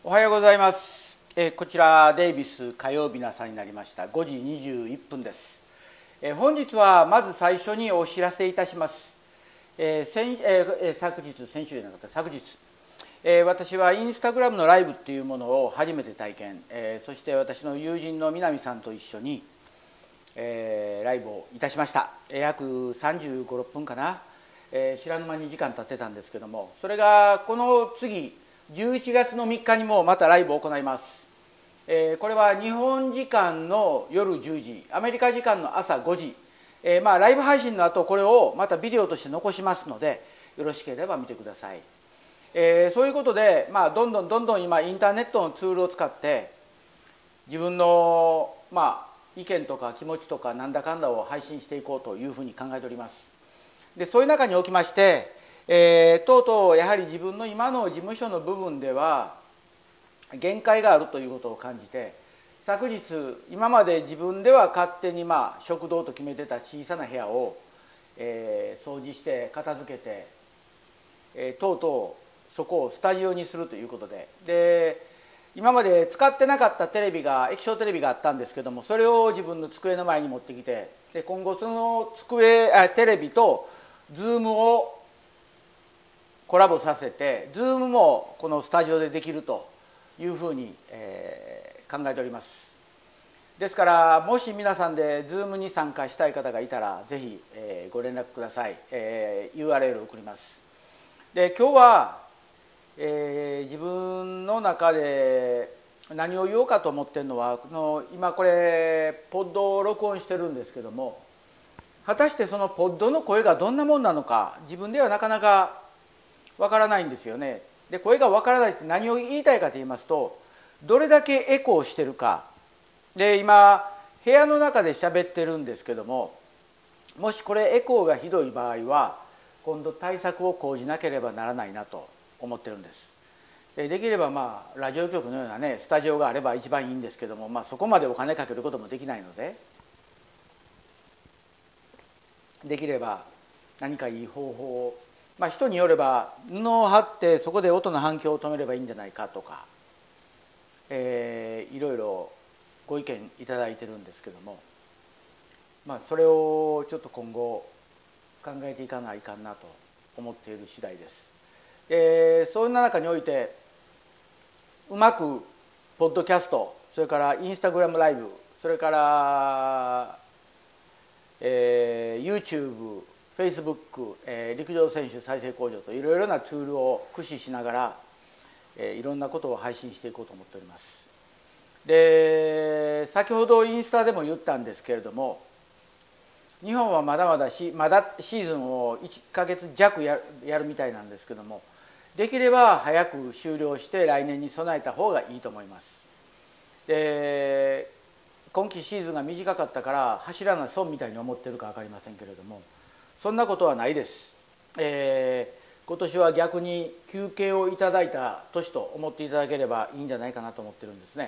おはようございます。こちらデイビス火曜日の朝になりました。5時21分です。本日はまず最初にお知らせいたします。先週じゃなかった昨日、私はインスタグラムのライブっていうものを初めて体験、そして私の友人の南さんと一緒に、ライブをいたしました。約35、6分かな、知らぬ間に時間経ってたんですけども、それがこの次11月の3日にもまたライブを行います。これは日本時間の夜10時、アメリカ時間の朝5時、ライブ配信の後これをまたビデオとして残しますので、よろしければ見てください。そういうことで、どんどん今インターネットのツールを使って自分の、意見とか気持ちとかなんだかんだを配信していこうというふうに考えております。でそういう中におきまして、とうとうやはり自分の今の事務所の部分では限界があるということを感じて、昨日今まで自分では勝手に食堂と決めてた小さな部屋を、掃除して片付けて、とうとうそこをスタジオにするということで、今まで使ってなかったテレビが液晶テレビがあったんですけども、それを自分の机の前に持ってきて、で今後そのテレビとズームをコラボさせて、ズームもこのスタジオでできるというふうに、考えております。ですからもし皆さんでズームに参加したい方がいたらぜひ、ご連絡ください。URL を送ります。で今日は、自分の中で何を言おうかと思っているのは、今これポッドを録音してるんですけども、果たしてそのポッドの声がどんなもんなのか自分ではなかなかわからないんですよね。で声がわからないって何を言いたいかと言いますと、どれだけエコーしてるかで、今部屋の中で喋ってるんですけども、もしこれエコーがひどい場合は今度対策を講じなければならないなと思ってるんです。できればラジオ局のようなねスタジオがあれば一番いいんですけども、そこまでお金かけることもできないので、できれば何かいい方法を、人によれば布を貼ってそこで音の反響を止めればいいんじゃないかとか、いろいろご意見いただいてるんですけども、それをちょっと今後考えていかないかんなと思っている次第です。そんな中においてうまくポッドキャスト、それからインスタグラムライブ、それから、YouTube、Facebook、陸上選手再生工場といろいろなツールを駆使しながら、いろんなことを配信していこうと思っております。で先ほどインスタでも言ったんですけれども、日本はまだシーズンを1ヶ月弱やるみたいなんですけども、できれば早く終了して来年に備えた方がいいと思います。で今季シーズンが短かったから走らない損みたいに思ってるか分かりませんけれども、そんなことはないです。今年は逆に休憩をいただいた年と思っていただければいいんじゃないかなと思ってるんですね。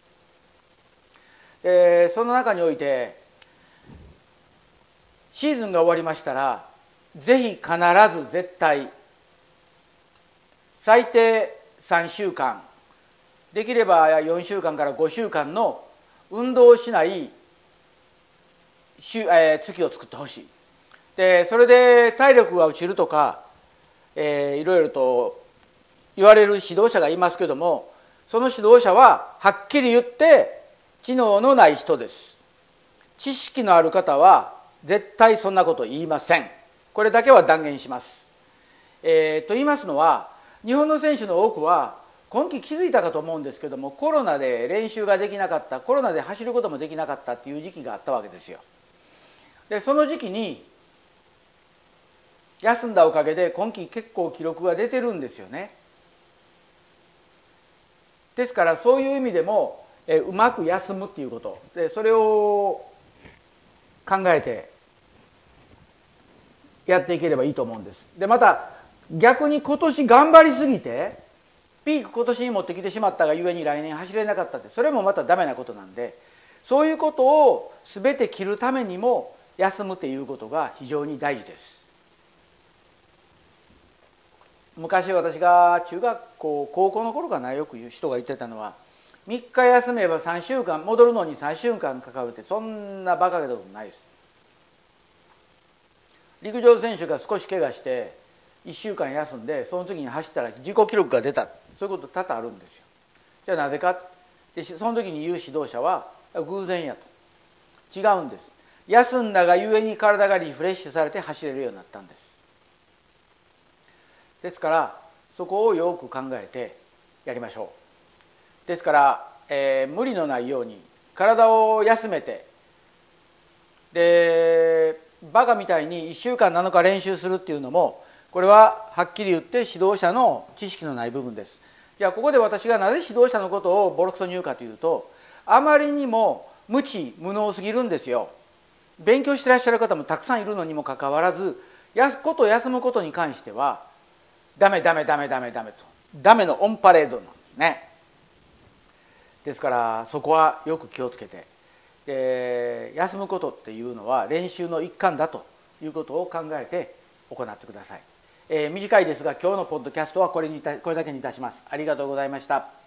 その中においてシーズンが終わりましたら、ぜひ必ず絶対最低3週間、できれば4週間から5週間の運動をしない月を作ってほしい。でそれで体力が落ちるとか、いろいろと言われる指導者がいますけども、その指導者ははっきり言って知能のない人です。知識のある方は絶対そんなこと言いません。これだけは断言します。と言いますのは、日本の選手の多くは今季気づいたかと思うんですけども、コロナで練習ができなかった、コロナで走ることもできなかったっていう時期があったわけですよ。でその時期に休んだおかげで今季結構記録が出てるんですよね。ですからそういう意味でもうまく休むっていうことで、それを考えてやっていければいいと思うんです。でまた逆に今年頑張りすぎてピーク今年に持ってきてしまったがゆえに来年走れなかったって、それもまたダメなことなんで、そういうことを全て切るためにも休むということが非常に大事です。昔私が中学高校の頃かな、よく言う人が言ってたのは、3日休めば3週間戻るのに3週間かかるって、そんな馬鹿げたことないです。陸上選手が少し怪我して1週間休んで、その時に走ったら自己記録が出た、そういうこと多々あるんですよ。じゃあなぜかで、その時に言う指導者は偶然やと。違うんです。休んだがゆえに体がリフレッシュされて走れるようになったんです。ですからそこをよく考えてやりましょう。ですから、無理のないように体を休めて、でバカみたいに1週間7日練習するっていうのも、これははっきり言って指導者の知識のない部分です。じゃあここで私がなぜ指導者のことをボロクソに言うかというと、あまりにも無知無能すぎるんですよ。勉強してらっしゃる方もたくさんいるのにもかかわらず、休むことに関してはダメと、ダメのオンパレードなんですね。ですからそこはよく気をつけて、休むことっていうのは練習の一環だということを考えて行ってください。短いですが今日のポッドキャストはこれだけにいたします。ありがとうございました。